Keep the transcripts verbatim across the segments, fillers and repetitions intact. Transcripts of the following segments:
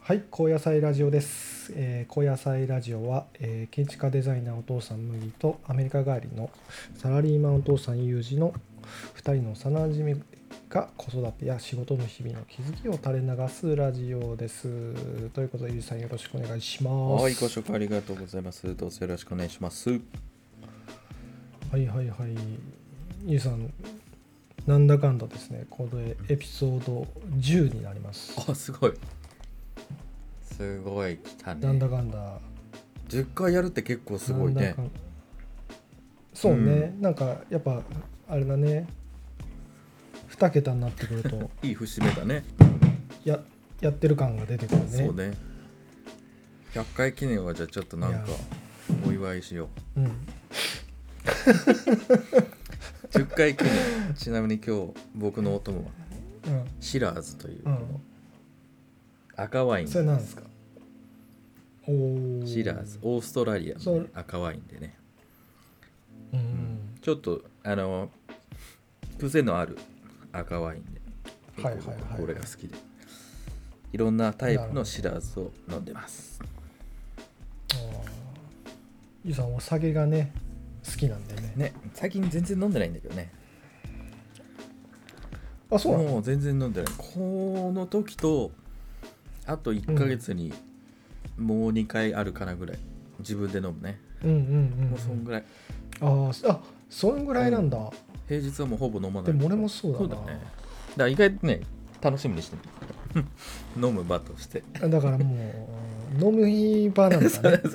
はい、高野菜ラジオです。えー、高野菜ラジオは、えー、建築家デザイナーお父さん麦とアメリカ帰りのサラリーマンお父さんユージのふたりの幼馴染が子育てや仕事の日々の気づきを垂れ流すラジオです。ということでユージさんよろしくお願いします。 はい、ご紹介ありがとうございます。どうぞよろしくお願いします。 はいはいはい、ユージさんなんだかんだですね、これエピソードじゅうになります。 あ、すごい。すごい来たね。 なんだかんだじゅっかいやるって結構すごいね。 そうね、うん、なんかやっぱあれだね、に桁になってくるといい節目だね。 や, やってる感が出てくるね。 そうね。ひゃっかい記念はじゃあちょっとなんかお祝いしよう。うん、じゅっかい記念。ちなみに今日僕のお供は、うん、シラーズという、うん、赤ワイン。 それなんですか？ おシラーズ、オーストラリアの、ね、赤ワインでね、うんうん、ちょっとあの癖のある赤ワインで、はいはいはい、これが好きでいろんなタイプのシラーズを飲んでます。 ゆうさんお酒がね好きなんで ね, ね最近全然飲んでないんだけどね。 あ、そうなの？ もう全然飲んでない。この時とあといっかげつにもうにかいあるかなぐらい自分で飲むね。 うんうんうん、うん、 もうそんぐらい。 ああ、そんぐらいなんだ、うん、 平日はもうほぼ飲まない。 でも俺もそうだな。 そうだね。だから意外とね楽しみにしてる飲む場として。 だからもう飲み場なんだね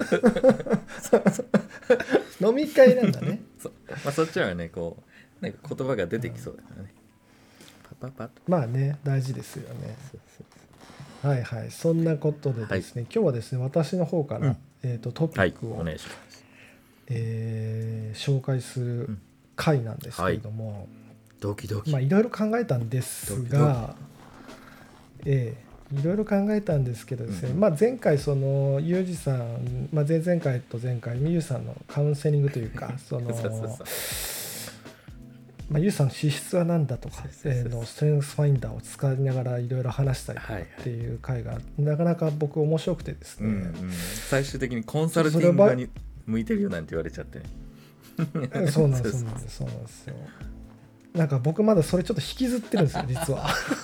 飲み会なんだね。 そ, まあ、そっちはねこうなんか言葉が出てきそうだからね、 うん、パパパッと。まあね大事ですよね。そうそうそう、はいはい。そんなことでですね、はい、今日はですね私の方から、うんえー、とトピックを、はい、お願いします。えー、紹介する回なんですけれども、うんはい、 ドキドキ、 まあいろいろ考えたんですが、えー、いろいろ考えたんですけどですね、うんまあ、前回そのユージさん、まあ、前々回と前回ユージさんのカウンセリングというかそのそうそうそう、まあ、ユージさんの資質は何だとか、えー、のストレングスファインダーを使いながらいろいろ話したりとかっていう回がなかなか僕面白くてですね、うんうん、 最終的にコンサルティングに向いてるよなんて言われちゃってねそうなんですそうなんですそうなんですよ。なんか僕まだそれちょっと引きずってるんですよ実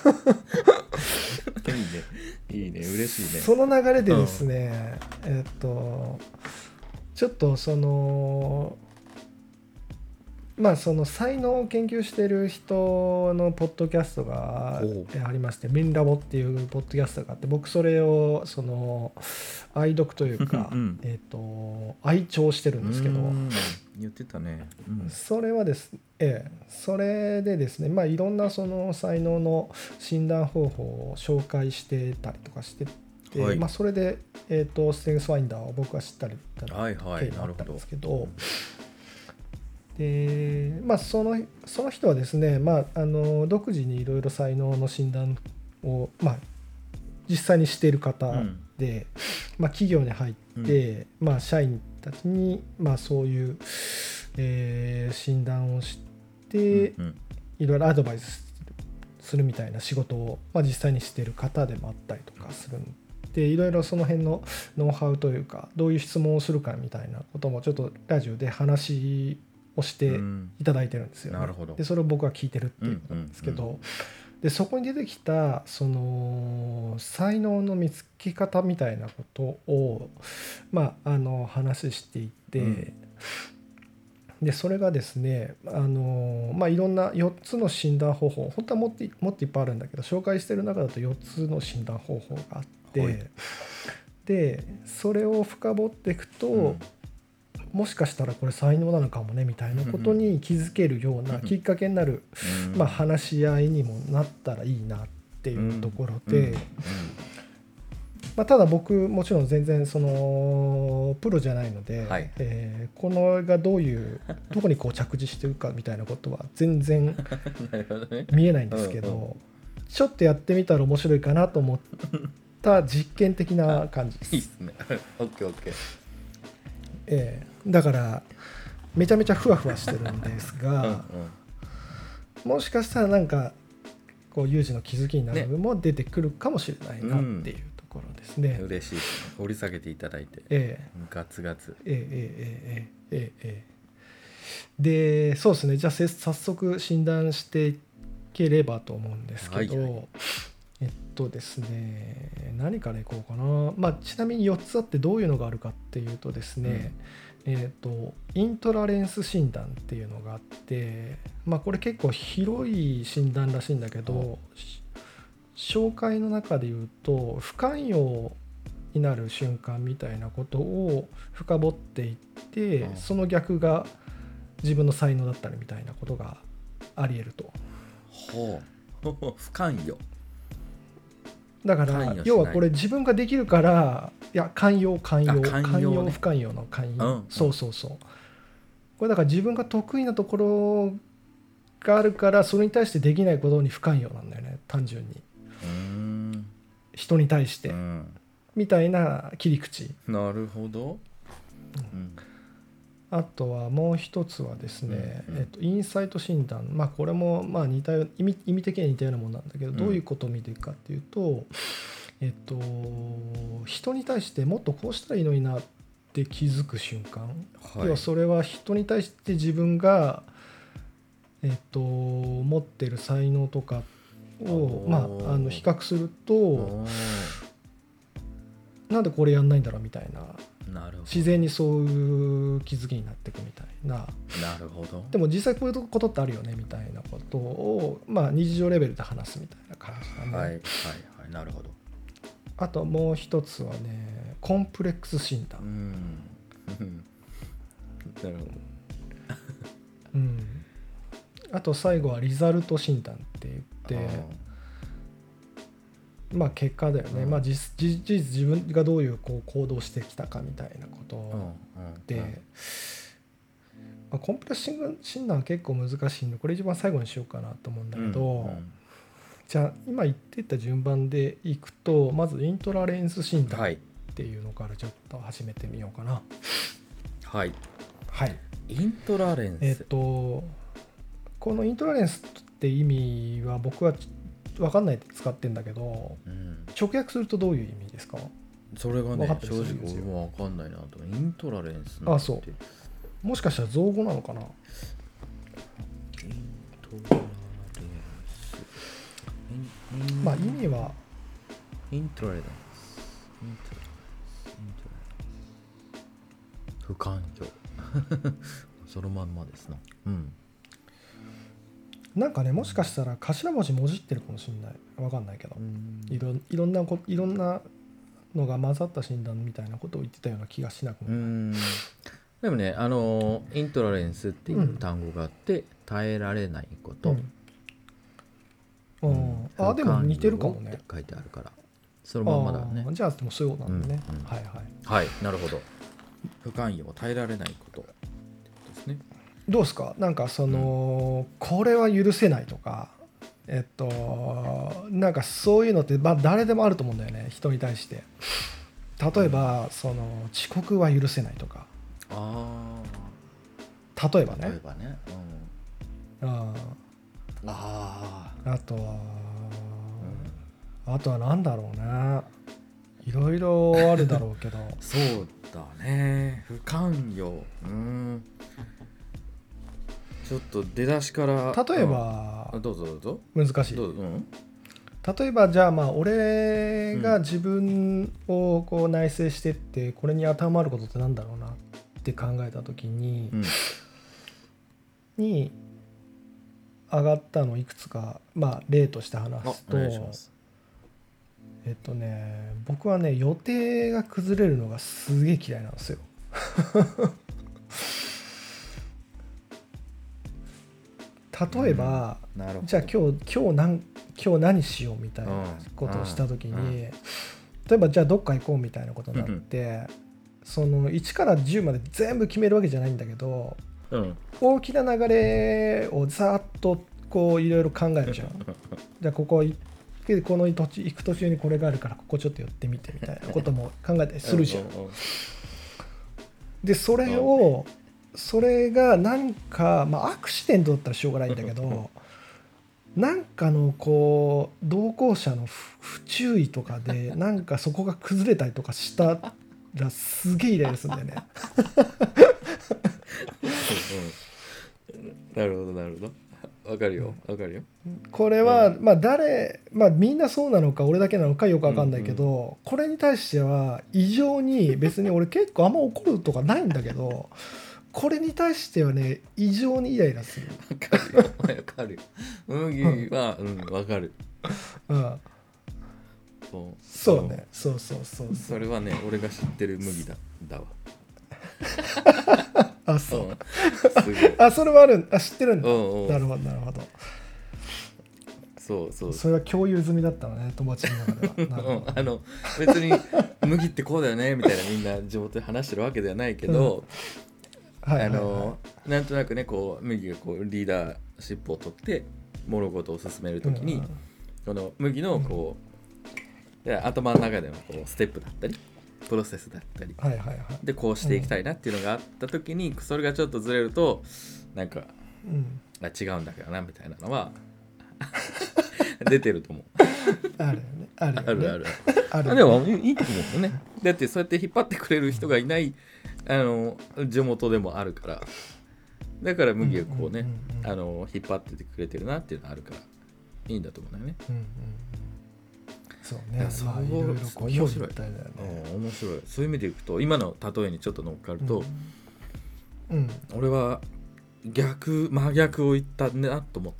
はいいねいいね嬉しいね。 その流れでですね、うん、えっとちょっとそのまあその才能を研究している人のポッドキャストがありまして、ミンラボっていうポッドキャストがあって、僕それをその愛読というか、うん、えっと愛聴してるんですけど、 言ってたね、 うん、それはですね、ええ、それでですね、まあいろんなその才能の診断方法を紹介してたりとかしてて、はい、まあそれでえっとストレングスファインダーを僕は知ったり経緯があったんですけど。でまあ、その、その人はですね、まあ、あの独自にいろいろ才能の診断を、まあ、実際にしている方で、うんまあ、企業に入って、うんまあ、社員たちに、まあ、そういう、えー、診断をして、うんうん、いろいろアドバイスするみたいな仕事を、まあ、実際にしている方でもあったりとかするんで、いろいろその辺のノウハウというかどういう質問をするかみたいなこともちょっとラジオで話をしていただいてるんですよね、うん、なるほど。でそれを僕は聞いてるっていうことなんですけど、うんうんうん、でそこに出てきたその才能の見つけ方みたいなことを、まあ、あの話していて、うん、でそれがですねあの、まあ、いろんなよっつの診断方法、本当はもっともっといっぱいあるんだけど紹介してる中だとよっつの診断方法があって、はい、でそれを深掘っていくと、うんもしかしたらこれ才能なのかもねみたいなことに気づけるようなきっかけになる、まあ、話し合いにもなったらいいなっていうところで、まあ、ただ僕もちろん全然そのプロじゃないので、はいえー、このがどういうどこにこう着地してるかみたいなことは全然見えないんですけどちょっとやってみたら面白いかなと思った実験的な感じです。 いいですね。オッケーオッケー。 えー、だからめちゃめちゃふわふわしてるんですがうん、うん、もしかしたらなんかこう有事の気づきになる部分も出てくるかもしれないなっていうとこころですね。 嬉しいですね。掘り下げていただいて、 ええ、 ガツガツ。 ええええええええでそうですね。じゃあ早速診断していければと思うんですけど、はいはい、えっとですね何からいこうかな。まあちなみによっつあってどういうのがあるかっていうとですね、うん、えっとイントラレンス診断っていうのがあって、まあこれ結構広い診断らしいんだけど、紹介の中で言うと不寛容になる瞬間みたいなことを深掘っていって、うん、その逆が自分の才能だったりみたいなことがあり得ると。 ほう不寛容だから要はこれ自分ができるからいや寛容寛容寛容、ね、不寛容の寛容、うん、そうそうそう。これだから自分が得意なところがあるからそれに対してできないことに不寛容なんだよね、単純に。うーん人に対して、うん、みたいな切り口。 なるほど、 うんあとはもう一つはですね、うんうんえっと、インサイト診断、まあ、これもまあ似たよ意味、意味的には似たようなものなんだけど、うん、どういうことを見ていくかっていうと、えっと、人に対してもっとこうしたらいいのになって気づく瞬間、はい、要はそれは人に対して自分が、えっと、持ってる才能とかを、まあ、あの比較するとなんでこれやんないんだろうみたいな。なるほど自然にそういう気づきになっていくみたいな。 なるほど。 でも実際こういうことってあるよねみたいなことを、まあ、日常レベルで話すみたいな感じだね。 はいはいはい、なるほど。 あともう一つはねコンプレックス診断。うんなるほど。うん。あと最後はリザルト診断って言ってまあ結果だよね、うんまあ、実, 実実自分がどういうこう行動してきたかみたいなことで、うんうんうんまあ、コンプレックス診断は結構難しいのでこれ一番最後にしようかなと思うんだけど、うんうん、じゃあ今言ってた順番でいくとまずイントラレンス診断っていうのからちょっと始めてみようかな。 はい、 はい、 イントラレンスえっとこのイントラレンスって意味は僕は分かんないって使ってんだけど、うん、直訳するとどういう意味ですか？ それがね正直俺も分かんないなと。イントラレンスなんてあそうもしかしたら造語なのかな。イントラレンスまあ意味はイントラレンス不寛容そのまんまですな。うんなんかねもしかしたら頭文字もじってるかもしれない。分かんないけど、いろ、いろんなこいろんなのが混ざった診断みたいなことを言ってたような気がしなくもない。うんでもねあのイントラレンスっていう単語があって、うん、耐えられないこと、 うんうん、あでも似てるかもねって書いてあるからそのまんまだね。 じゃあでもそうなんだね、 うんうん、 はいはいはいなるほど。不寛容耐えられないことですね。 どうですかなんかその、うん、これは許せないとかえっとなんかそういうのって、まあ、誰でもあると思うんだよね人に対して。例えば、うん、その遅刻は許せないとか。あ例えばね例えばね、うん、あああとは、うん、あとはなんだろうねいろいろあるだろうけどそうだね不寛容うんちょっと出だしから例えば、 うん、どうぞどうぞ難しいどうぞ、うん、例えばじゃあまあ俺が自分をこう内省してってこれに当てはまることってなんだろうなって考えた時に、うん、に上がったのいくつかまあ例として話すとえっとね僕はね予定が崩れるのがすげえ嫌いなんですよ例えば、うん、じゃあ今日今日何今日何しようみたいなことをした時に、うんうん、例えばじゃあどっか行こうみたいなことになって、うん、そのいちからじゅうまで全部決めるわけじゃないんだけど、うん、大きな流れをざーっとこういろいろ考えるじゃんじゃあこここの土地行く途中にこれがあるからここちょっと寄ってみてみたいなことも考えたりするじゃんでそれをそれが何か、まあ、アクシデントだったらしょうがないんだけどなんかのこう同行者の不注意とかでなんかそこが崩れたりとかしたらすげえイライラするんだよねうん、なるほどなるほど、わかるよわかるよ。 これは、うん、まあ誰まあみんなそうなのか俺だけなのかよくわかんないけど、うんうん、これに対しては異常に別に俺結構あんま怒るとかないんだけどこれに対してはね異常にイライラする。 わかるよわかるよ。麦はうんわかる。うん。 そうそうねそうそうそうそう。 それはね俺が知ってる麦だだわ。 あそう。あそれはあるあ知ってるんだ。 おうおうなるほどなるほど。 そうそう。 それは共有済みだったのね友達の中では。 うん、あの別に麦ってこうだよねみたいなみんな地元で話してるわけではないけど。うんはいはいはい、あのなんとなくねこう麦がこうリーダーシップを取って物事を進めるときに、うん、この麦のこう、うん、頭の中でのこうステップだったりプロセスだったり、はいはいはい、でこうしていきたいなっていうのがあったときに、うん、それがちょっとずれるとなんか、うん、あ違うんだけどなみたいなのは出てると思う。 あるよねあるよねあるあるある、ね、でもいいと思うよね。だってそうやって引っ張ってくれる人がいないあの地元でもあるからだから麦がこうね、うんうんうん、あの引っ張っててくれてるなっていうのがあるからいいんだと思うんだよね、うんうん、 そうねそう、まあ、いろいろこう面白い、ね、うん、面白い。そういう意味でいくと今の例えにちょっと乗っかると、うんうん、俺は逆真逆を言ったなと思って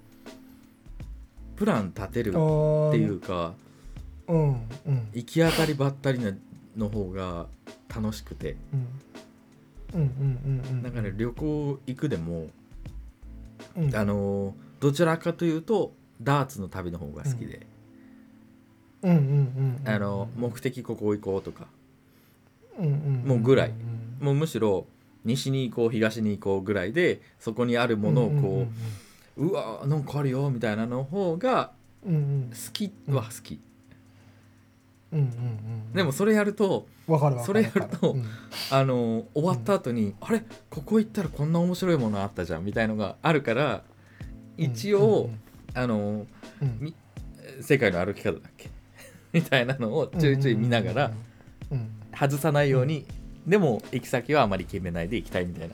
プラン立てるっていうか、うんうん、行き当たりばったりの方が楽しくて、なんかね旅行行くでも、うん、あのどちらかというとダーツの旅の方が好きで、あの目的ここ行こうとか、うんうんうんうん、もうぐらい、もうむしろ西に行こう東に行こうぐらいでそこにあるものをこう、うんうんうんうん、うわなんかあるよみたいなの方が好きは好き。うんうんうん、でもそれやるとそれやると、うん、あの終わった後に、うん、あれここ行ったらこんな面白いものあったじゃんみたいのがあるから一応、うんうんうん、あの、うん、世界の歩き方だっけみたいなのをちょいちょい見ながら外さないように、うん、でも行き先はあまり決めないで行きたいみたいな。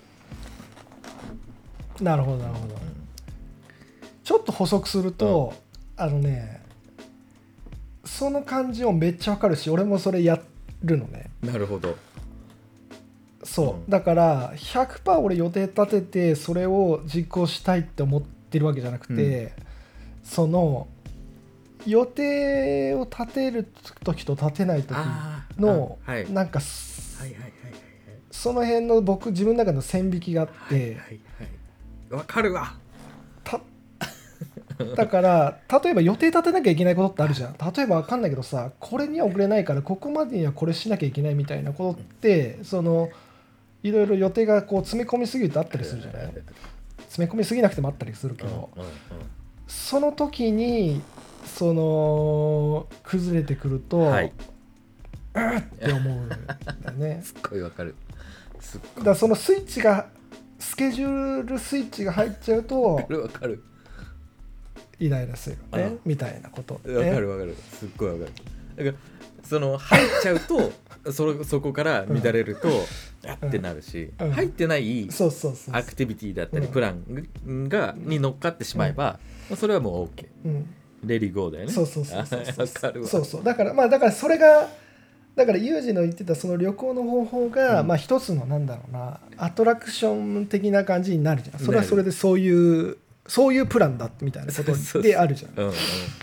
なるほどなるほど、うん、ちょっと補足すると、うん、あのねその感じをめっちゃわかるし俺もそれやるのね。 なるほど。 そう、うん、だから ひゃくパーセント 俺予定立ててそれを実行したいって思ってるわけじゃなくて、うん、その予定を立てる時と立てない時のなんかその辺の僕自分の中の線引きがあって、はいはいはい、 わかるわ。 だから例えば予定立てなきゃいけないことってあるじゃん。例えば分かんないけどさこれには遅れないからここまでにはこれしなきゃいけないみたいなことってそのいろいろ予定がこう詰め込みすぎるとあったりするじゃない。詰め込みすぎなくてもあったりするけど、その時にその崩れてくると、はい、うーって思うんだよね。 すっごい分かる。 すっごいだからそのスイッチがスケジュールスイッチが入っちゃうと分かる分かるイライラするよねみたいなこと、 ね、分かる分かるすっごい分かる。だからその入っちゃうとそ, そこから乱れると、うん、あってなるし、うん、入ってないアクティビティだったりプランがに乗っかってしまえば、うん、それはもう OK、うん、レディゴーだよね。 そうそうそうそうそう分かるわ。そうそうだからまあだからそれがだからユージの言ってたその旅行の方法が、うん、まあ一つのなんだろうなアトラクション的な感じになるじゃん。それはそれでそういうそういうプランだみたいなことであるじゃん。うんうん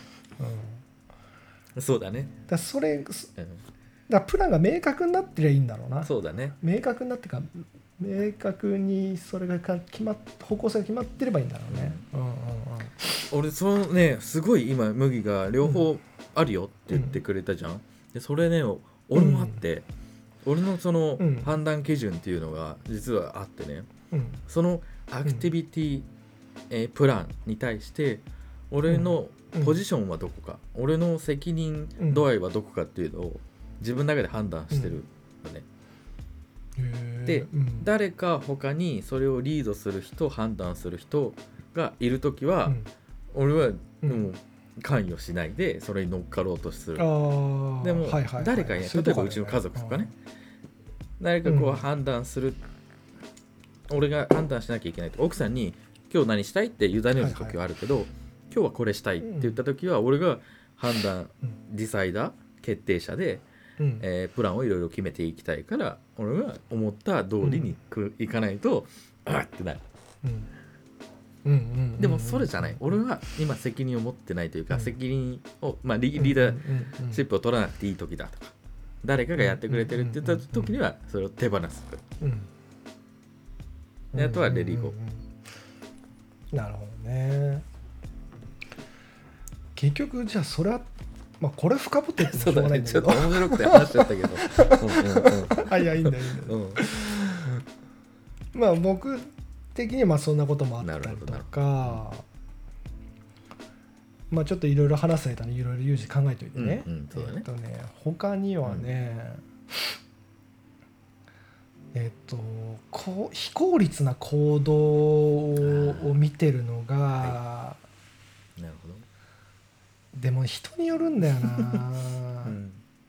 うん、そうだね。 だそれ、うん、だプランが明確になってりゃいいんだろうな。 そうだね。 明確になってか明確にそれが決まっ方向性が決まってればいいんだろうね。うんうんうん、 俺そのねすごい今麦が両方あるよって言ってくれたじゃん。うん、でそれね俺もあって、うん、俺のその判断基準っていうのが実はあってね、うん、そのアクティビティ、うんえー、プランに対して俺のポジションはどこか、うん、俺の責任度合いはどこかっていうのを自分の中で判断してるのね、うん、で、うん、誰か他にそれをリードする人判断する人がいるときは、 俺はもう関与しないでそれに乗っかろうとする、うん、でも、はいはいはい、誰かに例えばうちの家族とかね、誰かこう判断する、うん、俺が判断しなきゃいけないと奥さんに今日何したいって委ねる時はあるけど、はいはい、今日はこれしたいって言った時は俺が判断、うん、ディサイダー決定者で、うんえー、プランをいろいろ決めていきたいから俺が思った通りにいかないと、うん、あってなる、うんうんうんうん、でもそれじゃない、俺は今責任を持ってないというか、うん、責任を、まあ、リ, リーダーシップを取らなくていい時だとか誰かがやってくれてるって言った時にはそれを手放す、うんであとはレディーゴー。なるほどね。結局じゃあそれは、まあ、これ深掘ってってしょうがないんだけど、 そうだね、ちょっと面白くて話しちゃったけどうんうん、うん、 あいやいいんだいいんだ、うん、まあ僕的にはまあそんなこともあったりとか、まあちょっといろいろ話す間にいろいろ有事考えておいてね、うんうんそうだね、えっとね他にはね、うん、えっとこう非効率な行動を見てるのが、はい、なるほど。でも人によるんだよな、うん、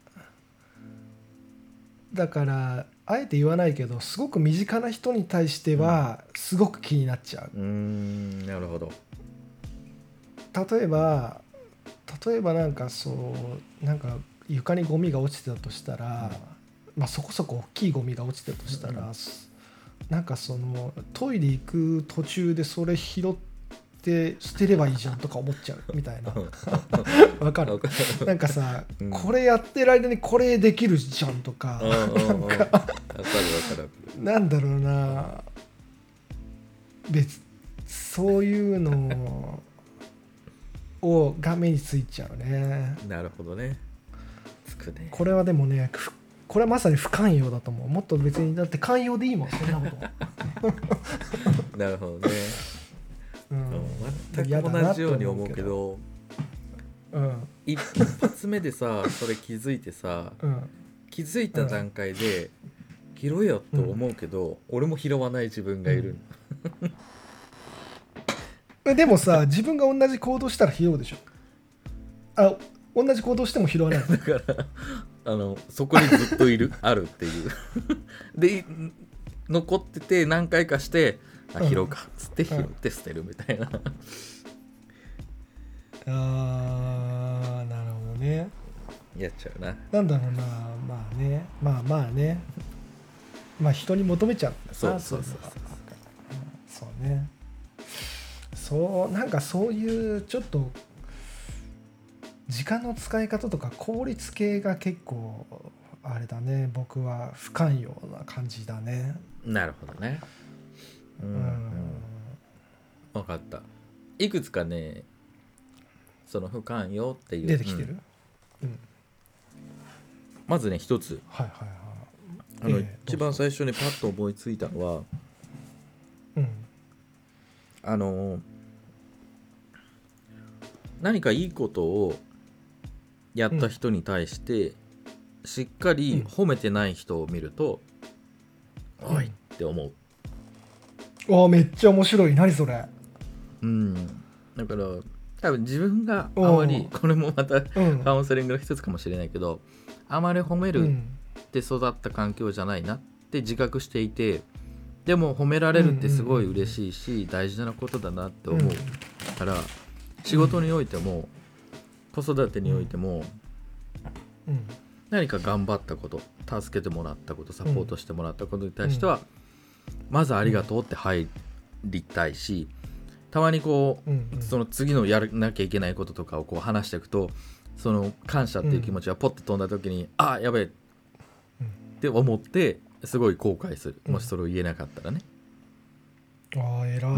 だからあえて言わないけどすごく身近な人に対してはすごく気になっちゃう、 うーんなるほど。 例えば例えばなんかそうなんか床にゴミが落ちてたとしたら、うんまあ、そこそこ大きいゴミが落ちてたとしたら、うん、なんかそのトイレ行く途中でそれ拾って捨てればいいじゃんとか思っちゃうみたいなわかるなんかさ、うん、これやってる間にこれできるじゃんとかなんかなんだろうな別そういうのをが目についちゃうね。 なるほどね。つくね。 これはでもねこれはまさに不寛容だと思う。もっと別にだって寛容でいいもんそんなことなるほどね、うん、全く同じように思うけど、うん、一発目でさそれ気づいてさ、うん、気づいた段階で拾えよと思うけど、うん、俺も拾わない自分がいる、 うん、でもさ自分が同じ行動したら拾うでしょ。あ同じ行動しても拾わないだからあのそこにずっといるあるっていうで残ってて何回かしてあ拾うかっつって拾って捨てるみたいな、うん、 あーなるほどね。 やっちゃうな。 なんだろうなまあねまあまあねまあ人に求めちゃう。 そうそうそうそうそうね。そうなんかそういうちょっと時間の使い方とか効率系が結構あれだね僕は不寛容な感じだね。 なるほどね。うん、うん、分かった。いくつかねその不寛容っていう出てきてる、 うんうん、まずね一つ、はいはいはい、あの、えー、一番最初にパッと思いついたのは、うん、あの何かいいことをやった人に対して、うん、しっかり褒めてない人を見ると、うん、おいって思う。 あめっちゃ面白い。何それ。 うんだから多分自分があまりこれもまたカウンセリングの一つかもしれないけど、うん、あまり褒めるって育った環境じゃないなって自覚していて、でも褒められるってすごい嬉しいし大事なことだなって思うから、仕事においても子育てにおいても何か頑張ったこと、助けてもらったこと、サポートしてもらったことに対してはまずありがとうって入りたいし、たまにこうその次のやらなきゃいけないこととかをこう話していくと、その感謝っていう気持ちがポッと飛んだ時にあやべえって思ってすごい後悔する、もしそれを言えなかったらね。 ああ偉い、うん、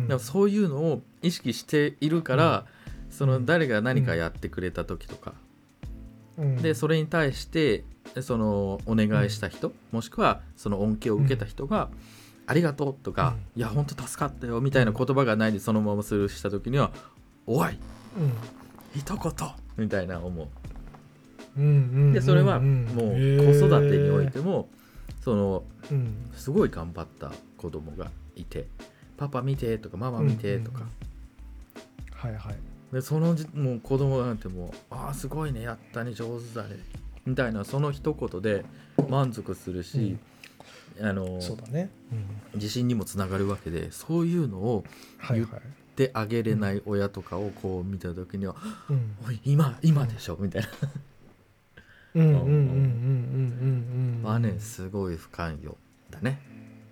でもそういうのを意識しているから、うん、その誰が何かやってくれた時とか、うん、でそれに対してそのお願いした人、うん、もしくはその恩恵を受けた人が、うん、ありがとうとか、うん、いや本当助かったよみたいな言葉がないでそのままスルーした時にはおい、うん、一言みたいな思う、うんうんうんうん、でそれはもう子育てにおいてもその、うん、すごい頑張った子供がいてパパ見てとかママ見てとか、うんうん、 はいはい。 でそのもう子供なんてもうああすごいねやったね上手だねみたいなその一言で満足するし、うん、あのそうだね、うん、 自信にもつながるわけでそういうのを言ってあげれない親とかをこう見た時には、うん、おい今今でしょみたいなうんうんうんうんうんうんはねすごい不寛容だね。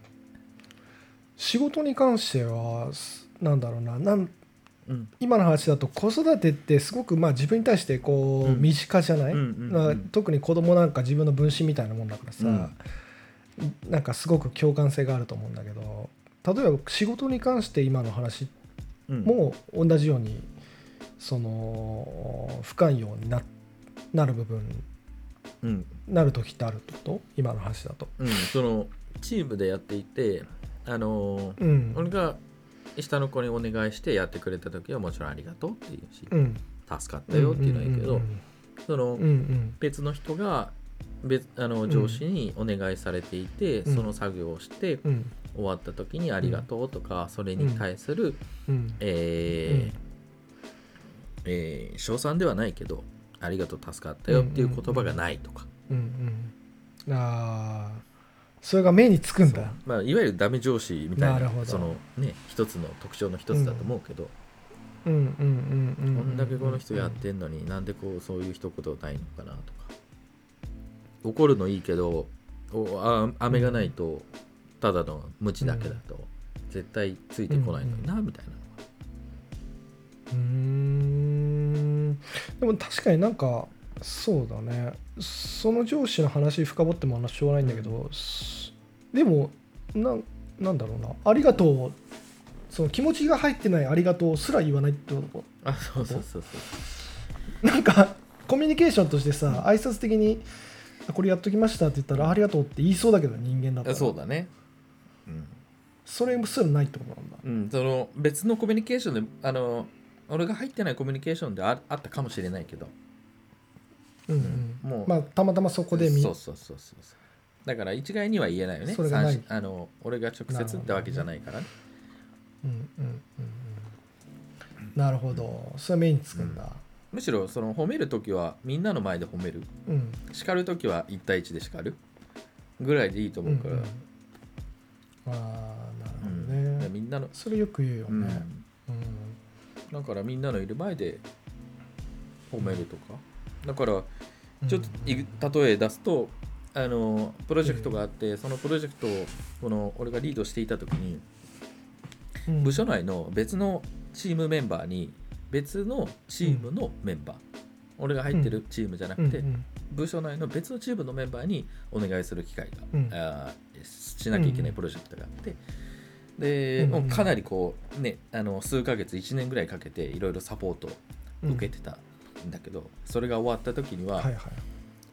仕事に関してはなんだろうななんうん、今の話だと子育てってすごくまあ自分に対してこう身近じゃない、うんうんうん、特に子供なんか自分の分身みたいなもんだからさ、うん、なんかすごく共感性があると思うんだけど例えば仕事に関して今の話も同じようにその不寛容に な, なる部分、うん、なる時ってあるってこと今の話だと、 うん、そのチームでやっていてあの、うん、俺が下の子にお願いしてやってくれた時はもちろんありがとうっていうし、うん、助かったよっていうのはいいけど、うんうんうん、その、うんうん、別の人が別あの上司にお願いされていて、うん、その作業をして、うん、終わった時にありがとうとか、うん、それに対する、うんえーうんえー、称賛ではないけどありがとう助かったよっていう言葉がないとか、うんうんうん、ああそれが目につくんだ、 まあ、いわゆるダメ上司みたい な, なその、ね、一つの特徴の一つだと思うけど、こんだけこの人やってんのになんでこうそういう一言ないのかなとか怒るのいいけどおあ飴がないとただの無知だけだと絶対ついてこないのにな、うんうん、みたいなのがうーんでも確かになんかそうだねその上司の話深掘ってもしょうがないんだけど、うん、でも な, なんだろうなありがとうその気持ちが入ってないありがとうすら言わないってことあそうそうそうそうなんかコミュニケーションとしてさ挨拶的にこれやっときましたって言ったらありがとうって言いそうだけど人間だったらそうだね、うん、 それすらないってことなんだ、 うん、その別のコミュニケーションであの俺が入ってないコミュニケーションで あ, あったかもしれないけどうんうん、もうまあたまたまそこで見そうそうそうそうだから一概には言えないよねそれがないあの俺が直接ってわけじゃないからねうんうんうんうんなるほどそれは目につくんだ、うん、 むしろその褒めるときはみんなの前で褒める、うん、叱るときはいち対いちで叱るぐらいでいいと思うから、うんうん、 ああなるほどね、うん、 みんなのそれよく言うよね、うんうん、 だからみんなのいる前で褒めるとかだからちょっと例え出すとあのプロジェクトがあって、そのプロジェクトをこの俺がリードしていた時に、うん、部署内の別のチームメンバーに別のチームのメンバー、うん、俺が入ってるチームじゃなくて、うん、部署内の別のチームのメンバーにお願いする機会が、うん、あしなきゃいけないプロジェクトがあってで、うん、かなりこうねあの数ヶ月いちねんぐらいかけていろいろサポートを受けてたんだけど、それが終わった時には、はいはい、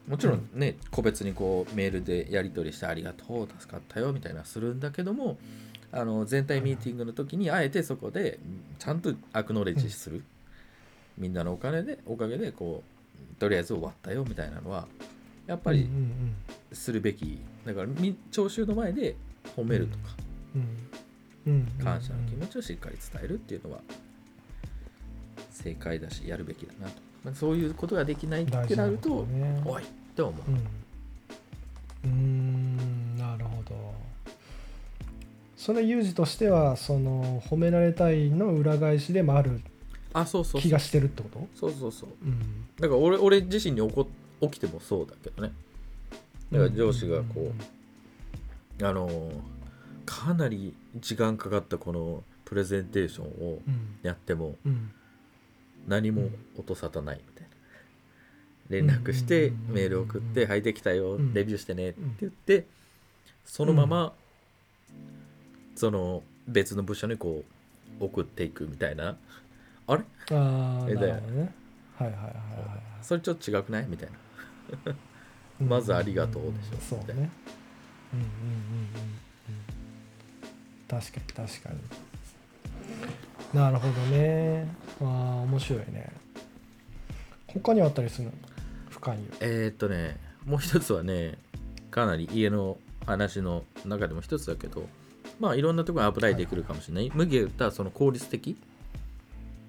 もちろんね、うん、個別にこうメールでやり取りしてありがとう助かったよみたいなするんだけどもあの全体ミーティングの時にあえてそこでちゃんとアクノレッジする、うん、みんなのお金でおかげでこうとりあえず終わったよみたいなのはやっぱりするべきだから聴衆の前で褒めるとか、うんうん、感謝の気持ちをしっかり伝えるっていうのは正解だしやるべきだなと、まあ、そういうことができないってなると、ね、おいって思う、 うん、うーんなるほどそれユージとしてはその褒められたいの裏返しでもある気がしてるってこと？ そうそうそう、うん、だから 俺, 俺自身に起こ起きてもそうだけどねだから上司がこう、うんうんうん、あのかなり時間かかったこのプレゼンテーションをやっても、うんうん何も音沙汰ないみたいな連絡してメール送ってはいできたよレビューしてねって言ってそのままその別の部署にこう送っていくみたいなあれあえだよねはいはいはいはいそれちょっと違くないみたいなまずありがとうでしょそうねうんうんうんうん確かに確かになるほどねああ面白いね他にあったりするの深いよえー、っとねもう一つはねかなり家の話の中でも一つだけどまあいろんなところにアプライできるかもしれない、はい、麦が言ったその効率的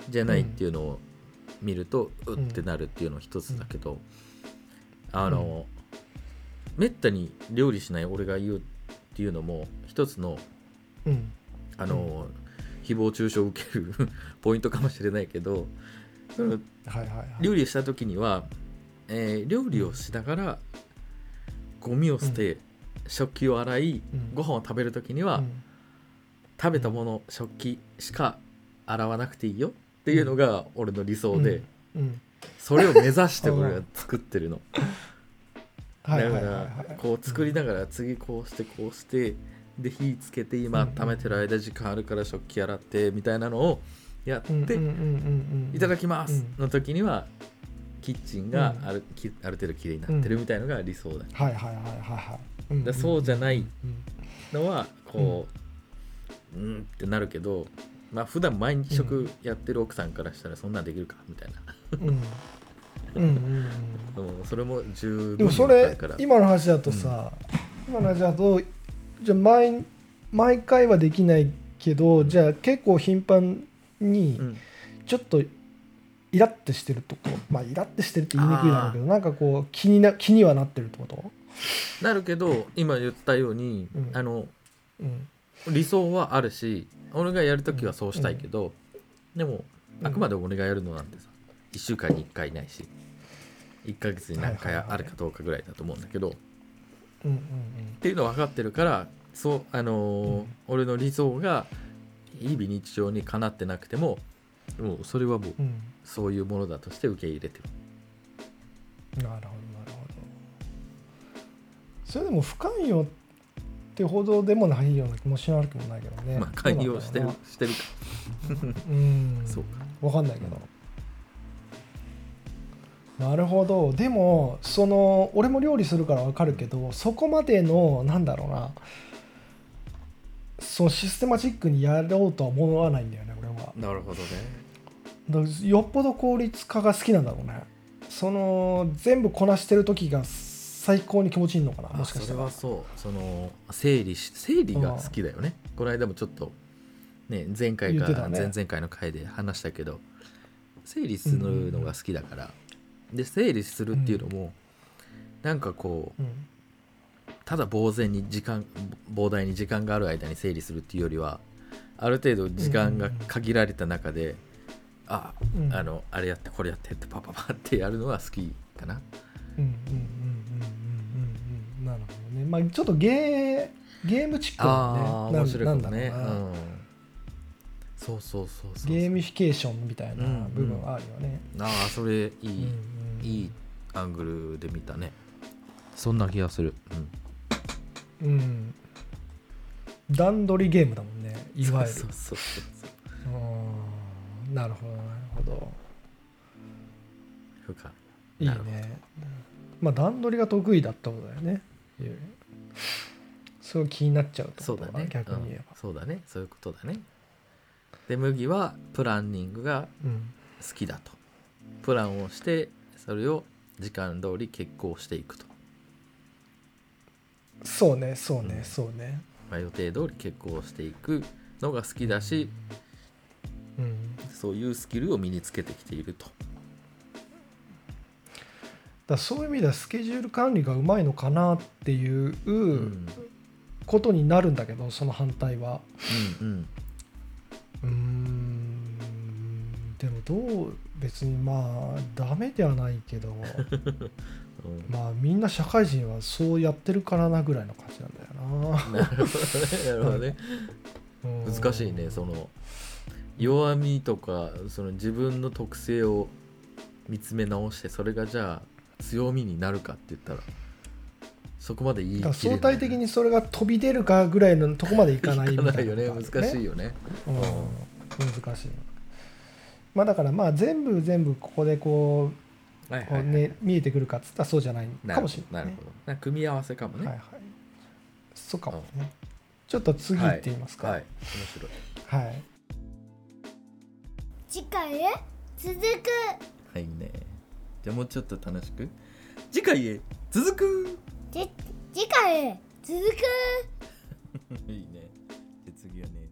じゃないっていうのを見ると、うん、うってなるっていうの一つだけど、うん、あの、うん、めったに料理しない俺が言うっていうのも一つの、うん、あの、うん、誹謗中傷を受けるポイントかもしれないけど、その、はいはいはい、料理した時には、えー、料理をしながらゴミを捨て、うん、食器を洗い、うん、ご飯を食べる時には、うん、食べたもの、うん、食器しか洗わなくていいよっていうのが俺の理想で、うんうん、それを目指して俺が作ってるのだからこう作りながら次こうしてこうしてで火つけて今温めてる間時間あるから食器洗ってみたいなのをやっていただきますの時にはキッチンがある、うん、ある程度きれいになってるみたいなのが理想だ、 はいはいはいはいはい、 だそうじゃないのはこう、うん、うんってなるけど、まあ普段毎日食やってる奥さんからしたらそんなんできるかみたいな、うんうんうんうん、それも十分でもそれ今の話だとさ、うん、今の話だとじゃあ 毎, 毎回はできないけど、じゃあ結構頻繁にちょっとイラッとしてるとこ、まあイラッとしてるって言いにくいだろうけど、なんかこう気にな気にはなってるってこと？ なるけど今言ったように、うん、あの、うん、理想はあるし俺がやるときはそうしたいけど、うん、でもあくまで俺がやるのなんてさいっしゅうかんにいっかいないしいっかげつに何回あるかどうかぐらいだと思うんだけど、うんうんうん、っていうの分かってるからそう、あのーうん、俺の理想が日々日常にかなってなくてももうそれはもう、うん、そういうものだとして受け入れてる。なるほどなるほど。それでも不寛容ってほどでもないような気もしなくもないけどね。 まあ寛容してるしてるかうんそうか分かんないけど、なるほど。でもその俺も料理するから分かるけど、そこまでのなんだろうな、そのシステマチックにやろうとは思わないんだよね俺は。 なるほどね。 だからよっぽど効率化が好きなんだろうね。その全部こなしてる時が最高に気持ちいいのかな、もしかしたら。 それはそうその整理し整理が好きだよね。この間もちょっとね前回か前々回の回で話したけど、整理するのが好きだから、うん、で整理するっていうのも、うん、なんかこう、うん、ただ呆然に時間膨大に時間がある間に整理するっていうよりはある程度時間が限られた中で、うん、あ、うん、あのあれやってこれやってってパパパってやるのは好きかな。うんうんうんうんうんうん、なるほどね。まあちょっとゲーゲームチックなね。 あ面白いかもね。うん、そうそうそうそう。 ゲーミフィケーションみたいな部分はあるよね。 うんうん、ああそれいい、うんうん、いいアングルで見たね。そんな気がする。 うん。うん、段取りゲームだもんね。いわゆる。そうそうそうそう。うん、なるほどなるほど。 深いいね。まあ段取りが得意だったことだよね。すごい気になっちゃうとそうだね。 逆に言えば、 うん、そうだね。そういうことだね。で麦はプランニングが好きだと、うん、プランをしてそれを時間通り決行していくと。 そうねそうね、うん、そうね、 まあ、予定通り決行していくのが好きだし、うん、そういうスキルを身につけてきていると。 だそういう意味ではスケジュール管理がうまいのかなっていうことになるんだけど、その反対は、うんうん、うーんでもどう別にまあダメではないけど、うん、まあみんな社会人はそうやってるからなぐらいの感じなんだよな。なるほどね、 なるほどね。難しいね。その弱みとかその自分の特性を見つめ直してそれがじゃあ強みになるかって言ったらそこまで言い切れない。 相対的にそれが飛び出るかぐらいのとこまでいかないみたいな、ね、 いかないよね。難しいよね、 うん、難しい。まあだからまあ全部全部ここでこう、はいはいはい、こうね、見えてくるかっつったらそうじゃないかもしれない、ね、 なるほど。なるほど。組み合わせかもね。 はいはい、そうかもね、うん、ちょっと次行ってみますか。 はい、はい、面白い。はい。 次回へ続く。 はいね。じゃあもうちょっと楽しく次回へ続く。 次回へ続く。 いいね。で次はね